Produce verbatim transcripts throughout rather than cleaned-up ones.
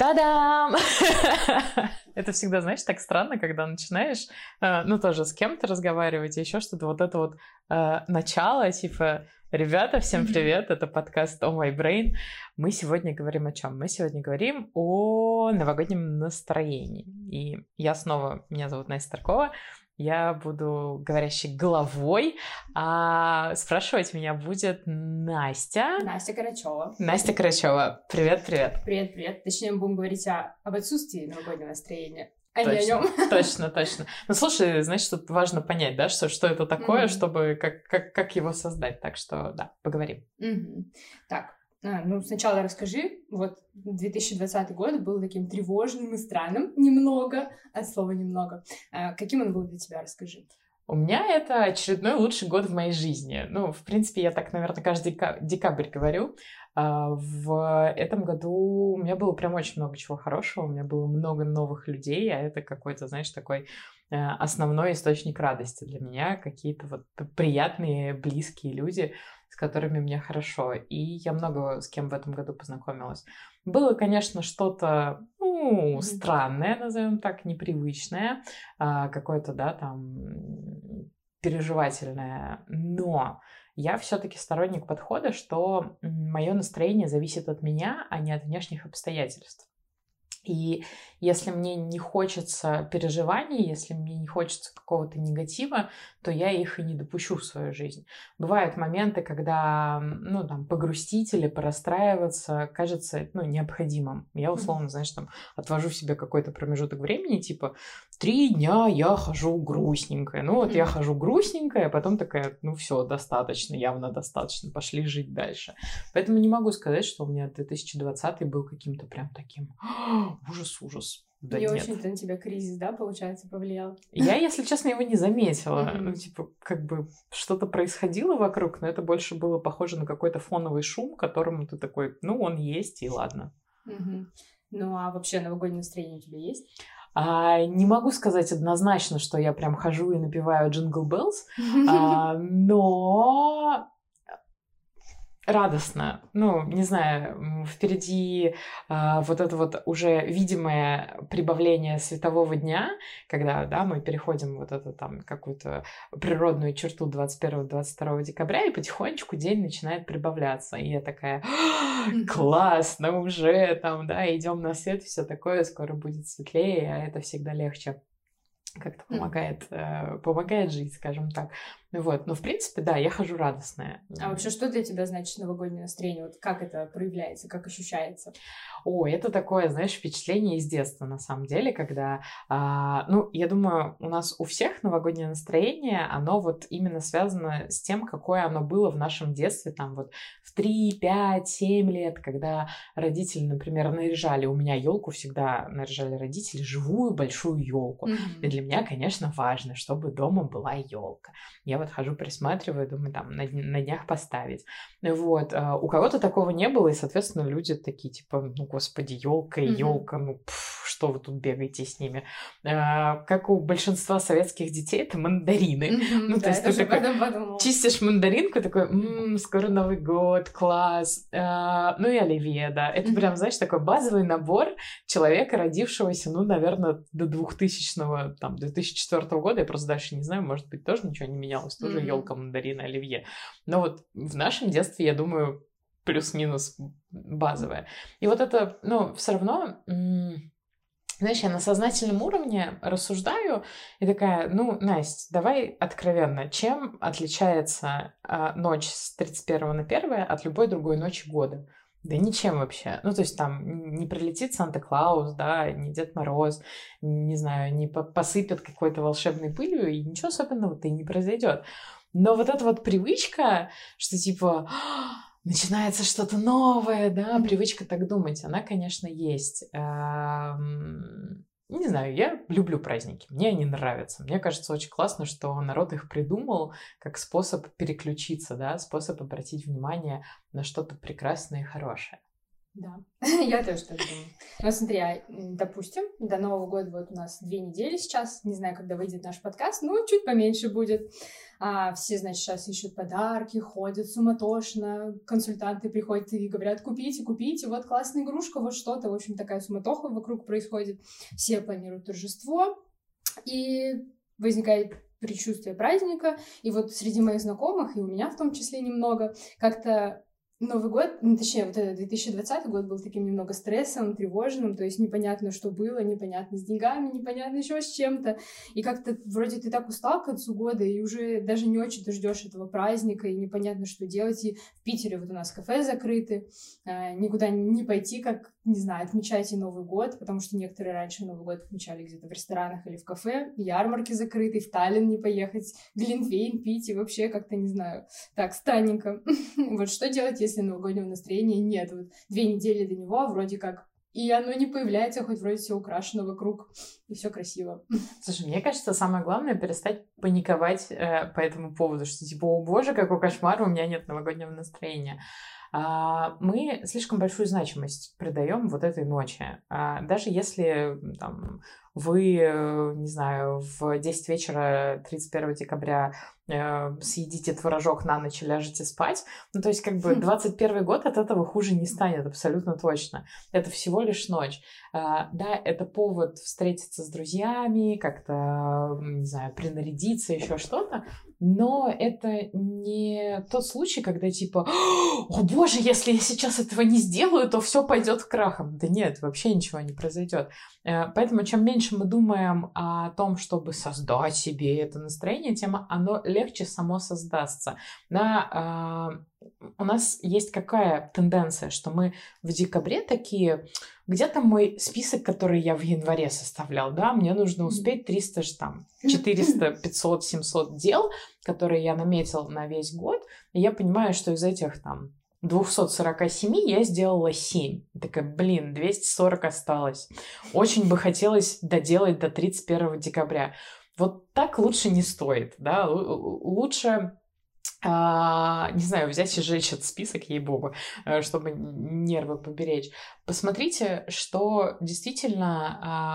Та-дам! Это всегда, знаешь, так странно, когда начинаешь, э, ну, тоже с кем-то разговаривать, и еще что-то, вот это вот э, начало, типа, ребята, всем привет, это подкаст Oh My Brain. Мы сегодня говорим о чем? Мы сегодня говорим о новогоднем настроении. И я снова, меня зовут Настя Старкова, я буду говорящей головой, а спрашивать меня будет Настя. Настя Карачева. Настя Карачева. Привет-привет. Привет-привет. Точнее, мы будем говорить о, об отсутствии новогоднего настроения, а точно, не о нем. Точно, точно. Ну, слушай, значит, тут важно понять, да, что, что это такое, mm-hmm. чтобы как, как, как его создать. Так что, да, поговорим. Mm-hmm. Так. А, ну, сначала расскажи, вот две тысячи двадцатый год был таким тревожным и странным, немного, от слова немного. А, каким он был для тебя, расскажи. У меня это очередной лучший год в моей жизни. Ну, в принципе, я так, наверное, каждый декабрь говорю. В этом году у меня было прям очень много чего хорошего, у меня было много новых людей, а это какой-то, знаешь, такой основной источник радости для меня, какие-то вот приятные, близкие люди, с которыми мне хорошо. И я много с кем в этом году познакомилась. Было, конечно, что-то, ну, mm-hmm. странное, назовем так, непривычное, какое-то, да, там, переживательное, но я все-таки сторонник подхода, что мое настроение зависит от меня, а не от внешних обстоятельств. И если мне не хочется переживаний, если мне не хочется какого-то негатива, то я их и не допущу в свою жизнь. Бывают моменты, когда, ну, там, погрустить или порастраиваться кажется, ну, необходимым. Я, условно, знаешь, там, отвожу себе какой-то промежуток времени, типа, три дня я хожу грустненькая. Ну, вот я хожу грустненькая, а потом такая, ну, все, достаточно, явно достаточно, пошли жить дальше. Поэтому не могу сказать, что у меня две тысячи двадцатый был каким-то прям таким... Ужас, ужас. Да не нет. очень-то на тебя кризис, да, получается, повлиял? Я, если честно, его не заметила. Mm-hmm. Ну, типа, как бы что-то происходило вокруг, но это больше было похоже на какой-то фоновый шум, которому ты такой, ну, он есть, и ладно. Mm-hmm. Ну, а вообще новогоднее настроение у тебя есть? А, не могу сказать однозначно, что я прям хожу и напеваю Jingle Bells, а, но... радостно. Ну, не знаю, впереди э, вот это вот уже видимое прибавление светового дня, когда, да, мы переходим вот это там какую-то природную черту двадцать первого двадцать второго декабря, и потихонечку день начинает прибавляться. И я такая, классно уже, там, да, идем на свет, все такое, скоро будет светлее, а это всегда легче. Как-то помогает, э, помогает жить, скажем так. Вот. Но, в принципе, да, я хожу радостная. А вообще, что для тебя значит новогоднее настроение? Вот как это проявляется, как ощущается? О, это такое, знаешь, впечатление из детства, на самом деле, когда, а, ну, я думаю, у нас у всех новогоднее настроение, оно вот именно связано с тем, какое оно было в нашем детстве, там вот в три, пять, семь лет, когда родители, например, наряжали, у меня елку всегда наряжали родители, живую большую елку. Mm-hmm. И для меня, конечно, важно, чтобы дома была елка. Я вот хожу, присматриваю, думаю, там, на, на днях поставить. Вот. А у кого-то такого не было, и, соответственно, люди такие, типа, ну, господи, елка и елка, mm-hmm. ну, пф, что вы тут бегаете с ними? А, как у большинства советских детей, это мандарины. Mm-hmm, ну, да, то есть ты такой чистишь мандаринку, такой, м-м, скоро Новый год, класс. А, ну, и оливье, да. Это mm-hmm. прям, знаешь, такой базовый набор человека, родившегося, ну, наверное, до двухтысячного, там, две тысячи четвёртого года, я просто дальше не знаю, может быть, тоже ничего не менялось, тоже mm-hmm. елка, мандарины, оливье. Но вот в нашем детстве, я думаю, плюс-минус базовая. И вот это, ну, все равно, м- знаешь, я на сознательном уровне рассуждаю и такая, ну, Настя, давай откровенно, чем отличается а, ночь с тридцать первого на первое от любой другой ночи года? Да ничем вообще. Ну, то есть там не прилетит Санта-Клаус, да, не Дед Мороз, не знаю, не посыпят какой-то волшебной пылью, и ничего особенного-то и не произойдет. Но вот эта вот привычка, что типа начинается что-то новое, да, привычка так думать, она, конечно, есть. Не знаю, я люблю праздники, мне они нравятся. Мне кажется, очень классно, что народ их придумал как способ переключиться, да, способ обратить внимание на что-то прекрасное и хорошее. Да, я тоже так думаю. Ну, смотри, а, допустим, до Нового года вот у нас две недели сейчас, не знаю, когда выйдет наш подкаст, ну, чуть поменьше будет. А, все, значит, сейчас ищут подарки, ходят суматошно, консультанты приходят и говорят, купите, купите, вот классная игрушка, вот что-то, в общем, такая суматоха вокруг происходит. Все планируют торжество, и возникает предчувствие праздника, и вот среди моих знакомых, и у меня в том числе немного, как-то Новый год, ну, точнее, вот этот две тысячи двадцатый год был таким немного стрессовым, тревожным, то есть непонятно, что было, непонятно с деньгами, непонятно еще с чем-то, и как-то вроде ты так устал к концу года, и уже даже не очень ты ждешь этого праздника, и непонятно, что делать, и в Питере вот у нас кафе закрыты, э, никуда не пойти, как, не знаю, отмечайте Новый год, потому что некоторые раньше Новый год отмечали где-то в ресторанах или в кафе, ярмарки закрыты, в Таллин не поехать, глинтвейн пить, и вообще как-то, не знаю, так, странненько. Вот что делать, если если новогоднего настроения нет. Вот две недели до него вроде как и оно не появляется, хоть вроде все украшено вокруг, и все красиво. Слушай, мне кажется, самое главное перестать паниковать э, по этому поводу, что типа, о боже, какой кошмар, у меня нет новогоднего настроения. А, мы слишком большую значимость придаем вот этой ночи. А, даже если там, вы, не знаю, в десять вечера тридцать первого декабря э, съедите творожок на ночь и ляжете спать, ну, то есть, как бы, двадцать первый год от этого хуже не станет, абсолютно точно. Это всего лишь ночь. А, да, это повод встретиться с друзьями, как-то, не знаю, принарядиться, еще что-то, но это не тот случай, когда, типа, о боже, если я сейчас этого не сделаю, то все пойдет крахом. Да нет, вообще ничего не произойдет. Поэтому чем меньше мы думаем о том, чтобы создать себе это настроение, тем оно легче само создастся. Да, у нас есть какая тенденция, что мы в декабре такие, где-то мой список, который я в январе составлял, да, мне нужно успеть триста, там, четыреста, пятьсот, семьсот дел, которые я наметил на весь год, и я понимаю, что из этих там двести сорок семь я сделала семь. И такая, блин, двести сорок осталось. Очень бы хотелось доделать до тридцать первого декабря. Вот так лучше не стоит, да, лучше... А, не знаю, взять и сжечь этот список, ей-богу, чтобы нервы поберечь. Посмотрите, что действительно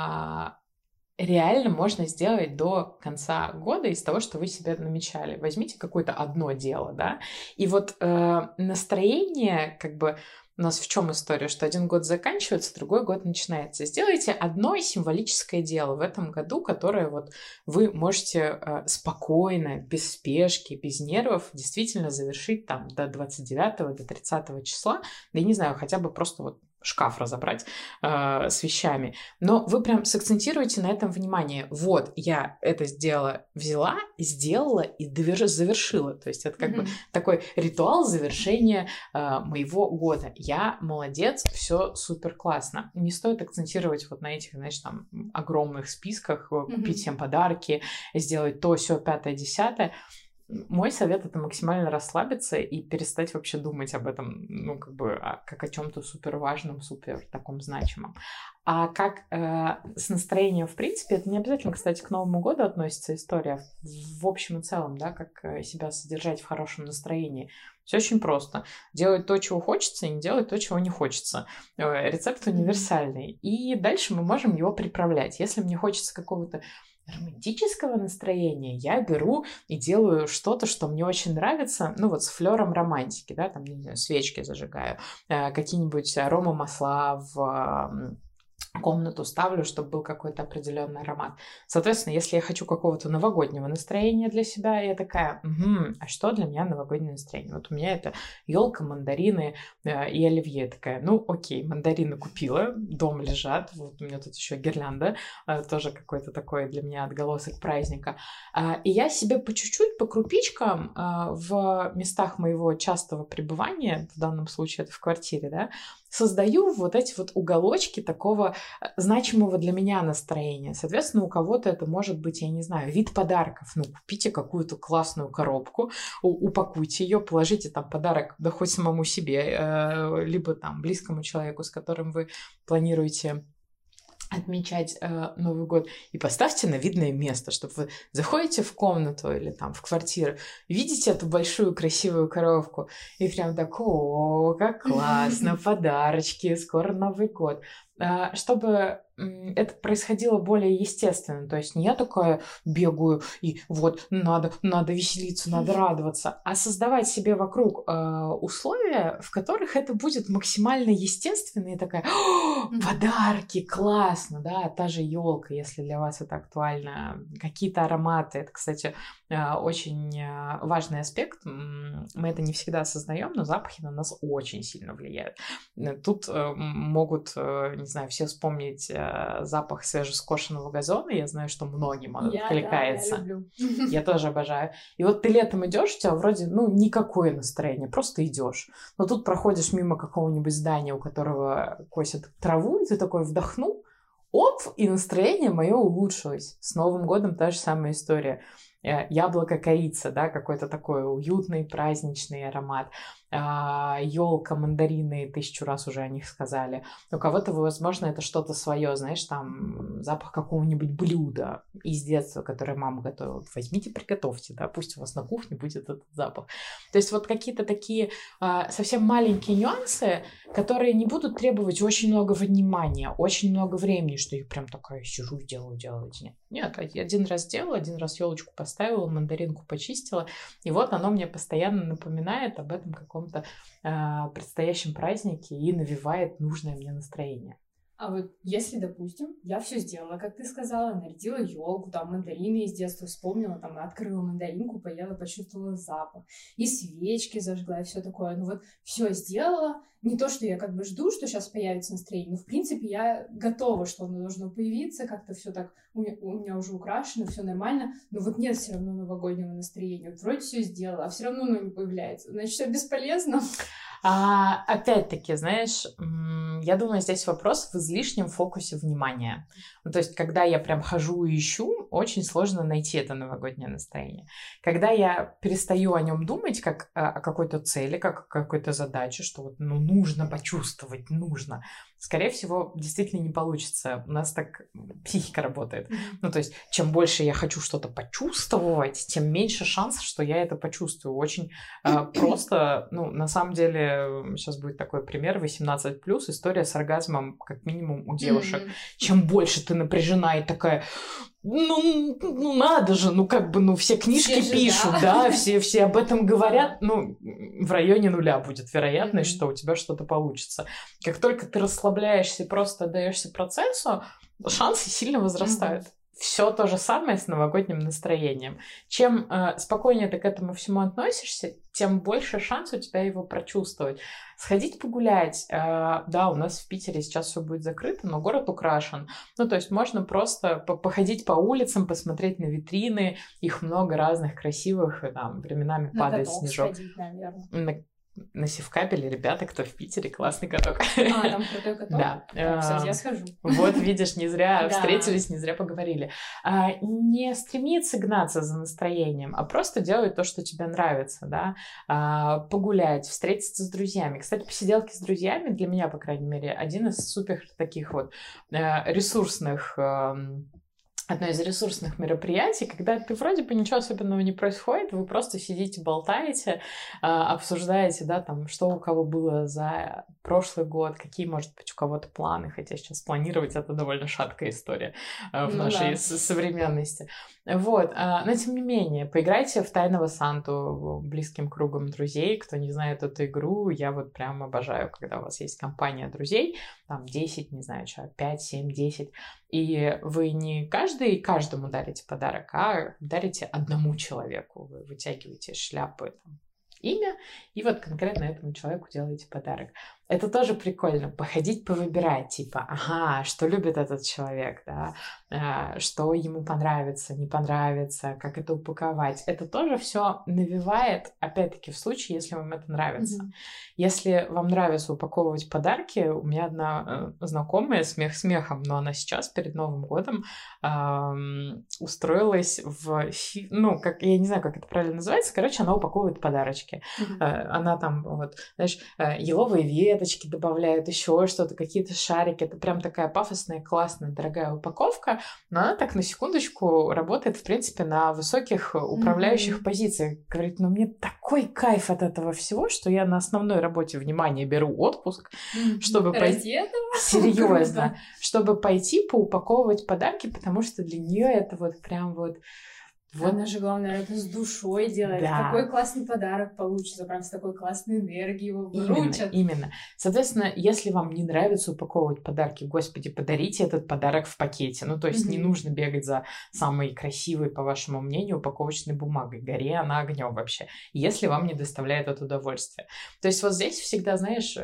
а, реально можно сделать до конца года из того, что вы себе намечали. Возьмите какое-то одно дело, да, и вот э, настроение, как бы, у нас в чем история, что один год заканчивается, другой год начинается. Сделайте одно символическое дело в этом году, которое вот вы можете э, спокойно, без спешки, без нервов действительно завершить там до двадцать девятого, до тридцатого числа, да, я не знаю, хотя бы просто вот шкаф разобрать э, с вещами. Но вы прям сакцентируете на этом внимание. Вот, я это сделала, взяла, сделала и довер... завершила. То есть это как mm-hmm. бы такой ритуал завершения э, моего года. Я молодец, все супер классно. Не стоит акцентировать вот на этих, знаешь, там, огромных списках, mm-hmm. купить всем подарки, сделать то, сё, пятое, десятое. Мой совет — это максимально расслабиться и перестать вообще думать об этом, ну, как бы, как о чем-то супер важном, супер таком значимом. А как э, с настроением, в принципе, это не обязательно, кстати, к Новому году относится история. В общем и целом, да, как себя содержать в хорошем настроении. Все очень просто. Делать то, чего хочется, и не делать то, чего не хочется. Рецепт универсальный. И дальше мы можем его приправлять. Если мне хочется какого-то романтического настроения, я беру и делаю что-то, что мне очень нравится, ну вот с флером романтики, да, там, не знаю, свечки зажигаю, э, какие-нибудь аромамасла в комнату ставлю, чтобы был какой-то определенный аромат. Соответственно, если я хочу какого-то новогоднего настроения для себя, я такая, угу, а что для меня новогоднее настроение? Вот у меня это елка, мандарины э, и оливье. Я такая, ну окей, мандарины купила, дома лежат, вот у меня тут еще гирлянда, э, тоже какой-то такой для меня отголосок праздника. Э, и я себе по чуть-чуть, по крупичкам э, в местах моего частого пребывания, в данном случае это в квартире, да, создаю вот эти вот уголочки такого значимого для меня настроения. Соответственно, у кого-то это может быть, я не знаю, вид подарков. Ну, купите какую-то классную коробку, упакуйте ее, положите там подарок, да хоть самому себе, либо там близкому человеку, с которым вы планируете отмечать э, Новый год, и поставьте на видное место, чтобы вы заходите в комнату или там в квартиру, видите эту большую красивую коробку, и прям так: о, как классно, подарочки, скоро Новый год. Э, чтобы это происходило более естественно, то есть не я такая бегаю и вот надо, надо веселиться, надо радоваться, а создавать себе вокруг э, условия, в которых это будет максимально естественно, и такая: подарки, классно, да, та же елка, если для вас это актуально, какие-то ароматы, это, кстати, э, очень важный аспект, мы это не всегда осознаем, но запахи на нас очень сильно влияют. Тут э, могут, э, не знаю, все вспомнить запах свежескошенного газона. Я знаю, что многим он я, откликается. Да, я люблю. Я тоже обожаю. И вот ты летом идешь, у тебя вроде, ну, никакое настроение, просто идешь. Но тут проходишь мимо какого-нибудь здания, у которого косят траву, и ты такой вдохнул, оп, и настроение мое улучшилось. С Новым годом та же самая история. Яблоко, корица, да, какой-то такой уютный праздничный аромат. Елка, мандарины, тысячу раз уже о них сказали. У кого-то, возможно, это что-то свое, знаешь, там запах какого-нибудь блюда из детства, которое мама готовила. Возьмите, приготовьте, да, пусть у вас на кухне будет этот запах. То есть вот какие-то такие а, совсем маленькие нюансы, которые не будут требовать очень много внимания, очень много времени, что я прям такая сижу и делаю, делаю. Нет, нет, один раз сделала, один раз елочку поставила, мандаринку почистила, и вот оно мне постоянно напоминает об этом каком-то э, предстоящем празднике и навевает нужное мне настроение. А вот если, допустим, я все сделала, как ты сказала, нарядила елку, там мандарины из детства вспомнила, там открыла мандаринку, поела, почувствовала запах, и свечки зажгла, и все такое. Ну вот все сделала. Не то, что я как бы жду, что сейчас появится настроение, но в принципе я готова, что оно должно появиться, как-то все так у меня, у меня уже украшено, все нормально, но вот нет все равно новогоднего настроения. Вот вроде все сделала, а все равно оно не появляется. Значит, все бесполезно. А, опять-таки, знаешь, я думаю, здесь вопрос в излишнем фокусе внимания. Ну, то есть, когда я прям хожу и ищу, очень сложно найти это новогоднее настроение. Когда я перестаю о нем думать, как о какой-то цели, как о какой-то задаче, что вот, ну, нужно почувствовать, нужно, скорее всего, действительно не получится. У нас так психика работает. Mm-hmm. Ну, то есть, чем больше я хочу что-то почувствовать, тем меньше шансов, что я это почувствую. Очень э, просто, ну, на самом деле, сейчас будет такой пример, восемнадцать плюс, история с оргазмом, как минимум, у девушек. Mm-hmm. Чем больше ты напряжена и такая... Ну, ну, надо же, ну, как бы, ну, все книжки все пишут, же, да, да все, все об этом говорят, ну, в районе нуля будет вероятность, mm-hmm. что у тебя что-то получится. Как только ты расслабляешься и просто отдаешься процессу, шансы сильно возрастают. Mm-hmm. Все то же самое с новогодним настроением. Чем э, спокойнее ты к этому всему относишься, тем больше шанс у тебя его прочувствовать. Сходить погулять. Э, да, у нас в Питере сейчас все будет закрыто, но город украшен. Ну, то есть можно просто походить по улицам, посмотреть на витрины. Их много разных красивых, и там временами на падает снежок. Сходить, наверное. На На Севкабеле, ребята, кто в Питере, классный каток. А, там крутой каток? Да. Так, кстати, я схожу. Вот, видишь, не зря встретились, не зря поговорили. Не стремиться гнаться за настроением, а просто делать то, что тебе нравится, да. Погулять, встретиться с друзьями. Кстати, посиделки с друзьями для меня, по крайней мере, один из супер таких вот ресурсных... Одно из ресурсных мероприятий, когда ты вроде бы ничего особенного не происходит, вы просто сидите, болтаете, обсуждаете, да, там, что у кого было за прошлый год, какие, может быть, у кого-то планы, хотя сейчас планировать это довольно шаткая история в ну, нашей да. современности. Вот, но тем не менее, поиграйте в Тайного Санту близким кругом друзей. Кто не знает эту игру, я вот прям обожаю, когда у вас есть компания друзей, там десять, не знаю, человек, пять, семь, десять, и вы не каждый каждому дарите подарок, а дарите одному человеку. Вы вытягиваете из шляпы там, имя, и вот конкретно этому человеку делаете подарок. Это тоже прикольно, походить, повыбирать, типа, ага, что любит этот человек, да, а, что ему понравится, не понравится, как это упаковать. Это тоже все навевает, опять-таки, в случае, если вам это нравится. Mm-hmm. Если вам нравится упаковывать подарки, у меня одна э, знакомая, смех смехом, но она сейчас перед Новым годом э, устроилась в, ну, как, я не знаю, как это правильно называется, короче, она упаковывает подарочки. Mm-hmm. Э, она там, вот, знаешь, еловые ветки, салфеточки добавляют, еще что-то, какие-то шарики. Это прям такая пафосная, классная, дорогая упаковка, но она так на секундочку работает, в принципе, на высоких управляющих mm-hmm. позициях. Говорит, ну мне такой кайф от этого всего, что я на основной работе, внимание, беру отпуск, mm-hmm. чтобы пойти... Серьезно. Чтобы пойти поупаковывать подарки, потому что для нее это вот прям вот... Вот. Она же, главное, это с душой делает. Да. Какой классный подарок получится, прям с такой классной энергией его вручат. Именно, именно. Соответственно, если вам не нравится упаковывать подарки, господи, подарите этот подарок в пакете. Ну, то есть mm-hmm. не нужно бегать за самой красивой, по вашему мнению, упаковочной бумагой. Гори она огнем вообще, если вам не доставляет это удовольствие. То есть вот здесь всегда, знаешь,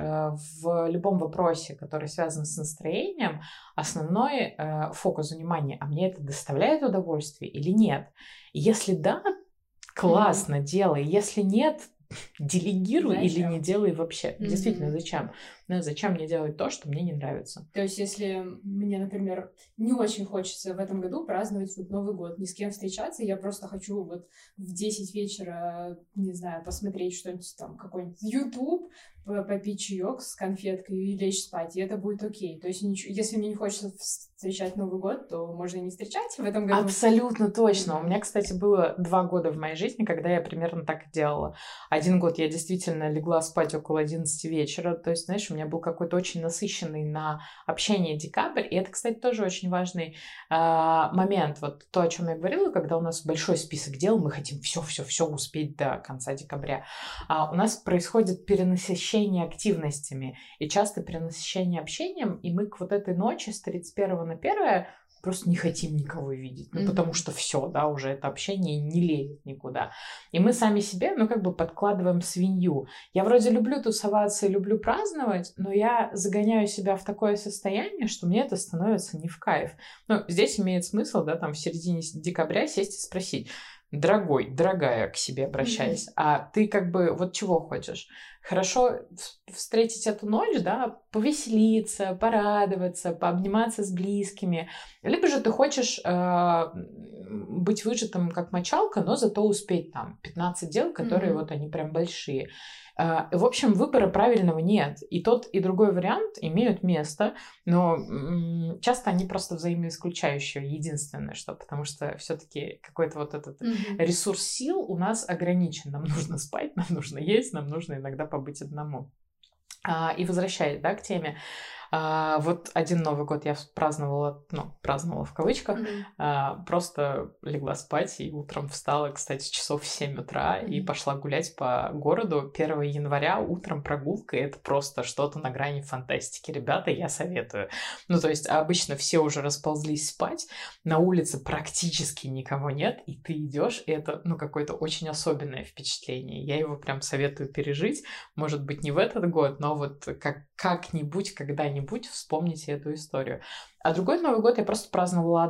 в любом вопросе, который связан с настроением, основной фокус внимания, а мне это доставляет удовольствие или нет? Если да, классно, mm-hmm. делай. Если нет, делегируй зачем? Или не делай вообще. Mm-hmm. Действительно, зачем? Ну, зачем мне делать то, что мне не нравится? То есть, если мне, например, не очень хочется в этом году праздновать вот Новый год, ни с кем встречаться, я просто хочу вот в десять вечера, не знаю, посмотреть что-нибудь там, какой-нибудь YouTube, попить чаек с конфеткой и лечь спать, и это будет окей. То есть, если мне не хочется встречать Новый год, то можно и не встречать в этом году. Абсолютно точно. У меня, кстати, было два года в моей жизни, когда я примерно так и делала. Один год я действительно легла спать около одиннадцати вечера, то есть, знаешь, у меня был какой-то очень насыщенный на общение декабрь, и это, кстати, тоже очень важный э, момент. Вот то, о чем я говорила, когда у нас большой список дел, мы хотим все-все-все успеть до конца декабря. А у нас происходит перенасыщение активностями, и часто перенасыщение общением, и мы к вот этой ночи с тридцать первого на первое просто не хотим никого видеть, ну, mm-hmm. потому что все, да, уже это общение не лезет никуда. И мы сами себе, ну, как бы подкладываем свинью. Я вроде люблю тусоваться и люблю праздновать, но я загоняю себя в такое состояние, что мне это становится не в кайф. Ну, здесь имеет смысл, да, там в середине декабря сесть и спросить: дорогой, дорогая, к себе обращаясь, mm-hmm. а ты как бы вот чего хочешь? Хорошо встретить эту ночь, да, повеселиться, порадоваться, пообниматься с близкими. Либо же ты хочешь э, быть выжатым как мочалка, но зато успеть там пятнадцать дел, которые mm-hmm. вот они прям большие. Э, в общем, выбора правильного нет. И тот, и другой вариант имеют место, но м- часто они просто взаимоисключающие. Единственное, что, потому что все-таки какой-то вот этот mm-hmm. ресурс сил у нас ограничен. Нам нужно спать, нам нужно есть, нам нужно иногда побыть одному. А, и возвращаясь, да, к теме, а, вот один Новый год я праздновала, ну, праздновала в кавычках, mm-hmm. а, просто легла спать и утром встала, кстати, часов в семь утра mm-hmm. и пошла гулять по городу. первого января утром прогулка — это просто что-то на грани фантастики. Ребята, я советую. Ну, то есть обычно все уже расползлись спать, на улице практически никого нет, и ты идешь, и это, ну, какое-то очень особенное впечатление. Я его прям советую пережить. Может быть, не в этот год, но вот как, как-нибудь, когда-нибудь вспомните эту историю. А другой Новый год я просто праздновала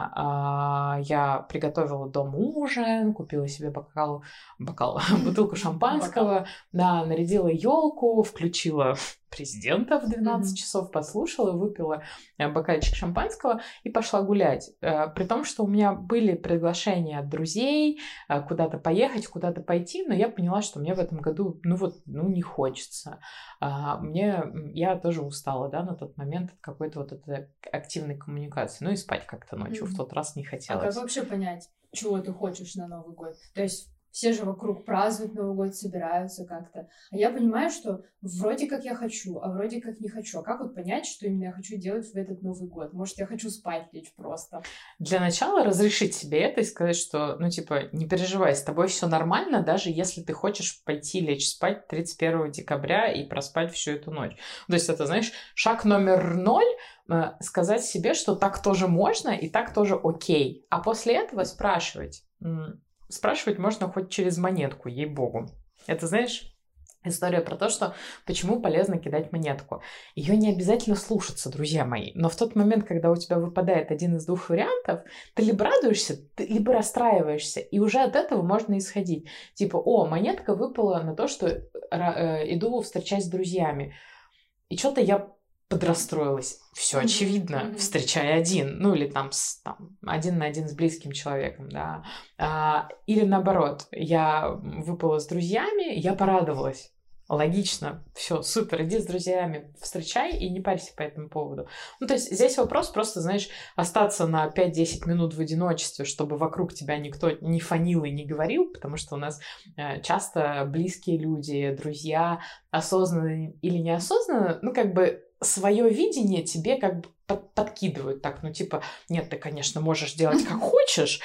одна. Я приготовила дома ужин, купила себе бокал, бокал бутылку шампанского, да, нарядила елку, включила президента в двенадцать mm-hmm. часов, послушала, выпила бокальчик шампанского и пошла гулять. При том, что у меня были приглашения от друзей куда-то поехать, куда-то пойти, но я поняла, что мне в этом году, ну вот, ну не хочется. Мне, я тоже устала, да, на тот момент от какой-то вот этой активной коммуникации. Ну и спать как-то ночью mm-hmm. в тот раз не хотелось. А как вообще понять, чего ты хочешь на Новый год? То есть все же вокруг празднуют Новый год, собираются как-то. А я понимаю, что вроде как я хочу, а вроде как не хочу. А как вот понять, что именно я хочу делать в этот Новый год? Может, я хочу спать лечь просто? Для начала разрешить себе это и сказать, что, ну, типа, не переживай, с тобой все нормально, даже если ты хочешь пойти лечь спать тридцать первого декабря и проспать всю эту ночь. То есть это, знаешь, шаг номер ноль — сказать себе, что так тоже можно и так тоже окей. А после этого спрашивать. Спрашивать можно хоть через монетку, ей-богу. Это, знаешь, история про то, что почему полезно кидать монетку. Ее не обязательно слушаться, друзья мои. Но в тот момент, когда у тебя выпадает один из двух вариантов, ты либо радуешься, ты либо расстраиваешься. И уже от этого можно исходить. Типа, о, монетка выпала на то, что э, иду встречать с друзьями. И что-то я подрастроилась. Все очевидно, mm-hmm. встречай один, ну или там, с, там один на один с близким человеком, да. А, или наоборот, я выпала с друзьями, я порадовалась. Логично, все, супер, иди с друзьями, встречай и не парься по этому поводу. Ну, то есть здесь вопрос просто, знаешь, остаться на пять-десять минут в одиночестве, чтобы вокруг тебя никто не фонил и не говорил, потому что у нас э, часто близкие люди, друзья, осознанно или неосознанно, ну, как бы свое видение тебе как бы под, подкидывают так, ну, типа, нет, ты, конечно, можешь делать как хочешь,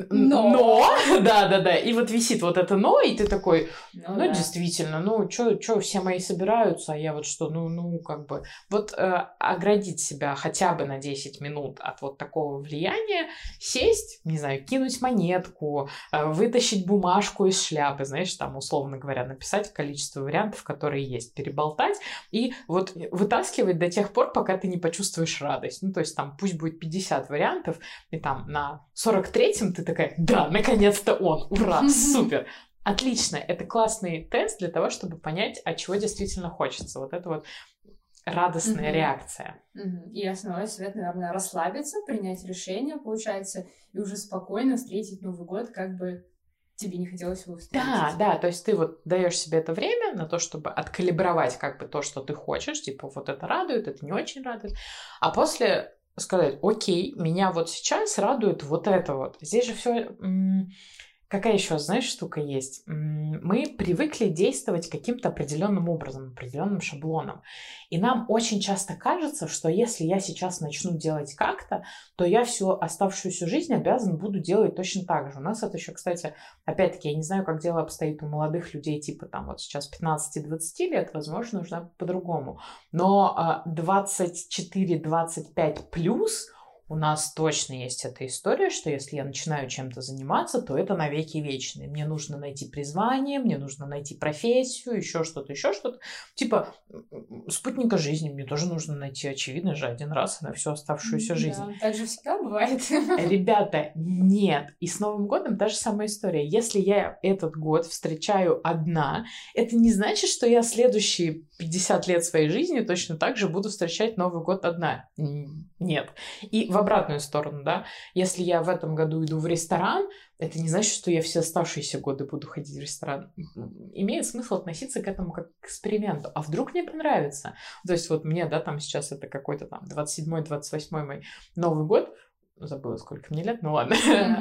но, да-да-да, и вот висит вот это «но», и ты такой, ну, ну да. Действительно, ну, что все мои собираются, а я вот что, ну, ну, как бы, вот э, оградить себя хотя бы на десять минут от вот такого влияния, сесть, не знаю, кинуть монетку, э, вытащить бумажку из шляпы, знаешь, там, условно говоря, написать количество вариантов, которые есть, переболтать, и вот вытаскивать до тех пор, пока ты не почувствуешь радость. Ну, то есть там пусть будет пятьдесят вариантов, и там на сорок третьем ты такая, да, наконец-то он, ура, супер. Отлично, это классный тест для того, чтобы понять, а чего действительно хочется. Вот это вот радостная mm-hmm. реакция. Mm-hmm. И основной совет, наверное, расслабиться, принять решение, получается, и уже спокойно встретить Новый год, как бы тебе не хотелось его встретить. Да, да, то есть ты вот даешь себе это время на то, чтобы откалибровать как бы то, что ты хочешь, типа вот это радует, это не очень радует, а после сказать, окей, меня вот сейчас радует вот это вот. Здесь же все... М- Какая еще, знаешь, штука есть? Мы привыкли действовать каким-то определенным образом, определенным шаблоном. И нам очень часто кажется, что если я сейчас начну делать как-то, то я всю оставшуюся жизнь обязан буду делать точно так же. У нас это еще, кстати, опять-таки, я не знаю, как дело обстоит у молодых людей, типа там вот сейчас пятнадцать-двадцать лет, возможно, нужно по-другому. Но двадцать четыре двадцать пять плюс... У нас точно есть эта история, что если я начинаю чем-то заниматься, то это навеки вечные. Мне нужно найти призвание, мне нужно найти профессию, еще что-то, еще что-то. Типа спутника жизни мне тоже нужно найти, очевидно же, один раз и на всю оставшуюся жизнь. Да, так же всегда бывает. Ребята, нет. И с Новым годом та же самая история. Если я этот год встречаю одна, это не значит, что я следующие пятьдесят лет своей жизни точно так же буду встречать Новый год одна. Нет. И в обратную сторону, да, если я в этом году иду в ресторан, это не значит, что я все оставшиеся годы буду ходить в ресторан. Имеет смысл относиться к этому как к эксперименту. А вдруг мне понравится? То есть вот мне, да, там сейчас это какой-то там двадцать седьмой двадцать восьмой мой Новый год, забыла, сколько мне лет, ну ладно,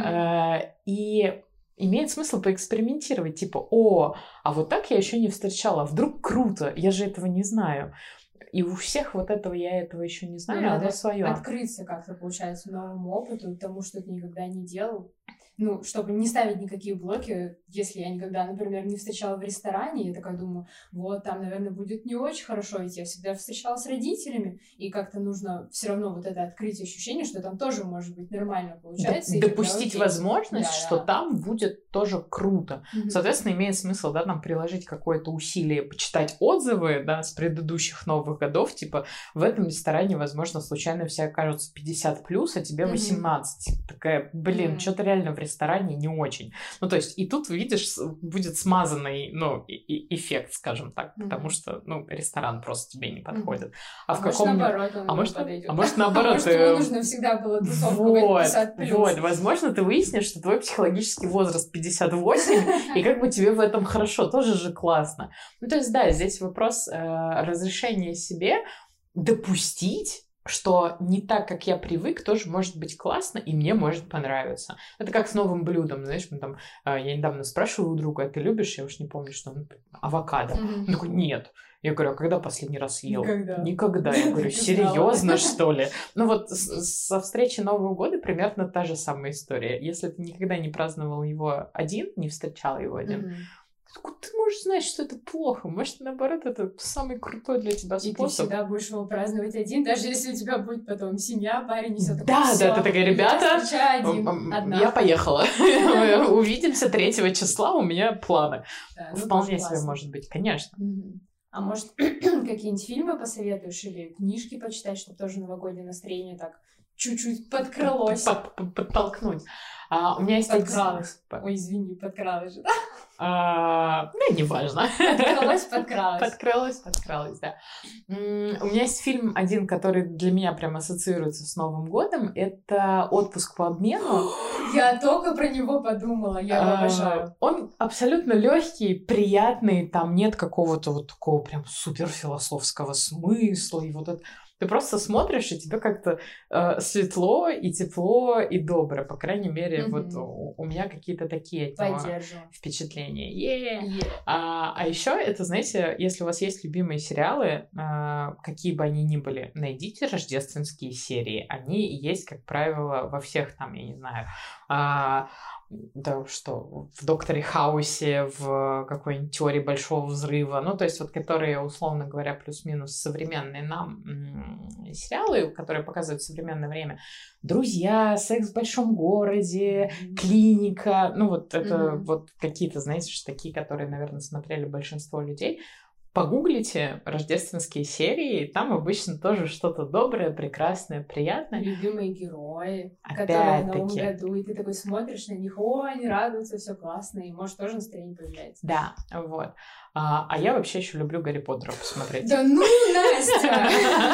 и имеет смысл поэкспериментировать, типа, о, а вот так я еще не встречала, вдруг круто, я же этого не знаю. И у всех вот этого я этого еще не знаю, ну, оно свое. Открыться как-то, получается, новому опыту, тому, что ты никогда не делал. Ну, чтобы не ставить никакие блоки, если я никогда, например, не встречала в ресторане, я такая думаю, вот, там, наверное, будет не очень хорошо, ведь я всегда встречала с родителями, и как-то нужно все равно вот это открыть ощущение, что там тоже может быть нормально получается. Д- допустить тогда, возможность, да, что да. там будет тоже круто. Mm-hmm. Соответственно, имеет смысл, да, нам приложить какое-то усилие, почитать отзывы, да, с предыдущих новых годов, типа, в этом ресторане, возможно, случайно все окажутся пятьдесят плюс, а тебе восемнадцать. Mm-hmm. Такая, блин, mm-hmm. что-то реально в ресторане не очень. Ну, то есть, и тут, видишь, будет смазанный, ну, и- и эффект, скажем так, mm-hmm. потому что, ну, ресторан просто тебе не подходит. Mm-hmm. А, а в может, каком... наоборот, он а может, подойдет. А может, наоборот... Может, ему нужно всегда было тусовку вот, пятьдесят плюс. Вот, возможно, ты выяснишь, что твой психологический возраст пятьдесят восемь, и как бы тебе в этом хорошо, тоже же классно. Ну, то есть, да, здесь вопрос э, разрешения себе допустить, что не так, как я привык, тоже может быть классно, и мне может понравиться. Это как с новым блюдом, знаешь, мы там, я недавно спрашиваю у друга, а ты любишь, я уж не помню, что он, авокадо. Mm-hmm. Он такой, нет. Я говорю, а когда последний раз ел? Никогда. Никогда. Я говорю, серьезно, что ли? Ну вот со встречи Нового года примерно та же самая история. Если ты никогда не праздновал его один, не встречал его один, mm-hmm. Откуда ты можешь знать, что это плохо? Может, наоборот, это самый крутой для тебя способ. И ты всегда будешь его праздновать один, даже если у тебя будет потом семья, парень, и все такое. Да, да, ты такая, ребята, один, я поехала. Увидимся третьего числа, у меня планы. Вполне себе может быть, конечно. А может, какие-нибудь фильмы посоветуешь или книжки почитать, чтобы тоже новогоднее настроение так чуть-чуть подкралось. Подтолкнуть. А, у меня есть... Подкралась. Ой, извини, подкралась же, да? А, ну, неважно. Подкралась, подкралась. Подкралась, подкралась, да. У меня есть фильм один, который для меня прям ассоциируется с Новым годом. Это «Отпуск по обмену». Я только про него подумала, я его обожаю. Он абсолютно легкий, приятный, там нет какого-то вот такого прям супер философского смысла. И вот это... Ты просто смотришь, и тебе как-то э, светло и тепло и добро. По крайней мере, mm-hmm. вот у, у меня какие-то такие от него впечатления. Yeah. Yeah. А, а еще это, знаете, если у вас есть любимые сериалы, э, какие бы они ни были, найдите рождественские серии. Они есть, как правило, во всех там, я не знаю... Э, да что, в «Докторе Хаусе», в какой-нибудь «Теории большого взрыва», ну, то есть вот которые, условно говоря, плюс-минус современные нам м- сериалы, которые показывают современное время. «Друзья», «Секс в большом городе», mm-hmm. «Клиника», ну, вот это mm-hmm. вот какие-то, знаете, такие, которые, наверное, смотрели большинство людей. Погуглите рождественские серии, там обычно тоже что-то доброе, прекрасное, приятное. Любимые герои, опять которые в Новом году, и ты такой смотришь на них, о, они радуются, все классно, и может тоже настроение появляется. Да, вот. А, а я вообще еще люблю Гарри Поттера посмотреть. Да ну, Настя!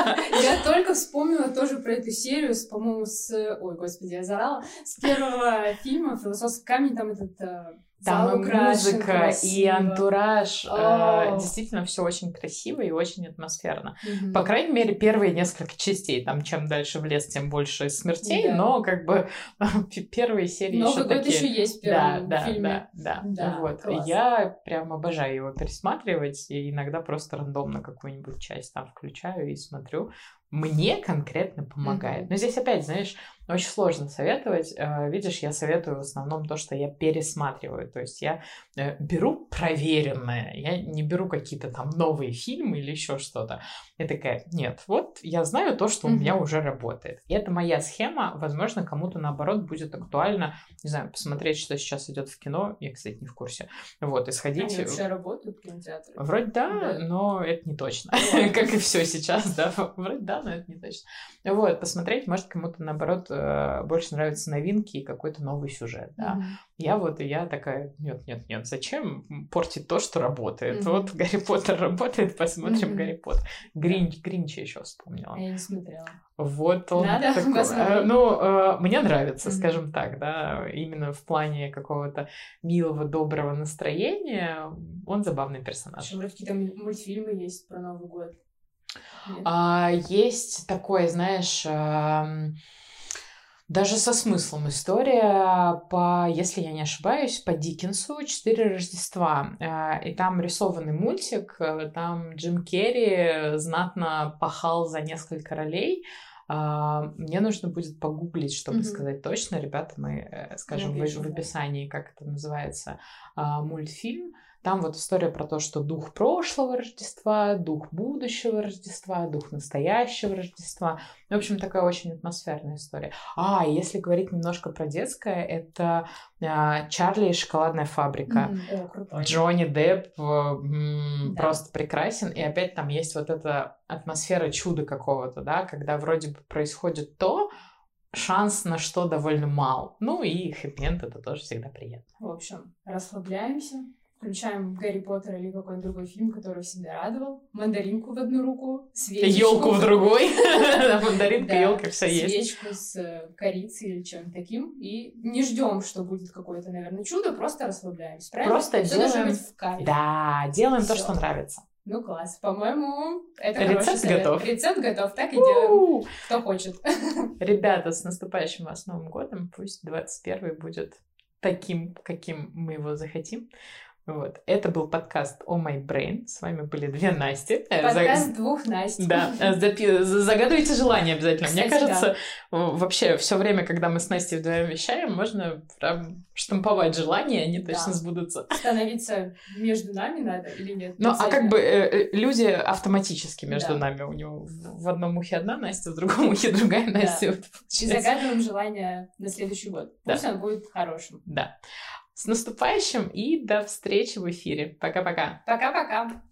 Я только вспомнила тоже про эту серию, по-моему, с... Ой, господи, я заорала. С первого фильма «Философский камень», там этот... Там и музыка, красиво. И антураж. Э, действительно, все очень красиво и очень атмосферно. Mm-hmm. По крайней мере, первые несколько частей. Там, чем дальше в лес, тем больше смертей. Да. Но, как бы, первые серии но еще такие... Но еще есть в первом да, фильме. Да, да, да. да вот. Класс. Я прям обожаю его пересматривать. И иногда просто рандомно какую-нибудь часть там включаю и смотрю. Мне конкретно помогает. Mm-hmm. Но здесь опять, знаешь, очень сложно советовать. Видишь, я советую в основном то, что я пересматриваю. То есть я беру проверенное. Я не беру какие-то там новые фильмы или еще что-то. Я такая, нет, вот я знаю то, что mm-hmm. у меня уже работает. И это моя схема. Возможно, кому-то, наоборот, будет актуально, не знаю, посмотреть, что сейчас идет в кино. Я, кстати, не в курсе. Вот, и сходить... Они вообще работают в кинотеатре? Вроде да, да, но это не точно. Как и все сейчас, да. Вроде да, но это не точно. Вот, посмотреть, может, кому-то, наоборот, больше нравятся новинки и какой-то новый сюжет, да. Mm-hmm. Я вот, и я такая, нет-нет-нет, зачем портить то, что работает? Mm-hmm. Вот Гарри Поттер работает, посмотрим mm-hmm. Гарри Поттер. Гринч, Гринча еще вспомнила. Я не смотрела. Вот он Надо такой. посмотреть. Ну, мне нравится, mm-hmm. скажем так, да, именно в плане какого-то милого, доброго настроения он забавный персонаж. Еще вроде какие-то мультфильмы есть про Новый год. А, есть такое, знаешь, а, даже со смыслом история по, если я не ошибаюсь, по Диккенсу «Четыре Рождества». А, и там рисованный мультик, там Джим Керри знатно пахал за несколько ролей. А, мне нужно будет погуглить, чтобы mm-hmm. сказать точно. Ребята, мы скажем в, в описании, как это называется, а, мультфильм. Там вот история про то, что дух прошлого Рождества, дух будущего Рождества, дух настоящего Рождества. В общем, такая очень атмосферная история. А, если говорить немножко про детское, это а, «Чарли и шоколадная фабрика». Mm-hmm. Oh, Джонни Депп м, да. просто прекрасен. И опять там есть вот эта атмосфера чуда какого-то, да, когда вроде бы происходит то, шанс на что довольно мал. Ну и хэппи-энд — это тоже всегда приятно. В общем, расслабляемся. Включаем Гарри Поттер или какой-нибудь другой фильм, который всегда радовал. Мандаринку в одну руку, свечку. Елку в другой. Мандаринка, елка, все есть. Свечку с корицей или чем-то таким. И не ждем, что будет какое-то, наверное, чудо, просто расслабляемся. Правильно? Просто делаем... в кайф. Да, делаем то, что нравится. Ну, класс. По-моему, это рецепт готов. Рецепт готов, так и делаем. Кто хочет. Ребята, с наступающим вас Новым годом. Пусть двадцать первый будет таким, каким мы его захотим. Вот. Это был подкаст «Oh My Brain». С вами были две Насти. Подкаст За... двух Настей. Да. Загадывайте желание обязательно. Кстати, мне кажется, да. вообще все время, когда мы с Настей вдвоем вещаем, можно прям штамповать желания, они да. точно сбудутся. Становиться между нами надо или нет? Ну, а как бы э, люди автоматически между да. нами. У него в одном ухе одна Настя, в другом ухе другая Настя. Да. Вот, и загадываем желание на следующий год. Пусть да. он будет хорошим. Да. С наступающим и до встречи в эфире. Пока-пока. Пока-пока.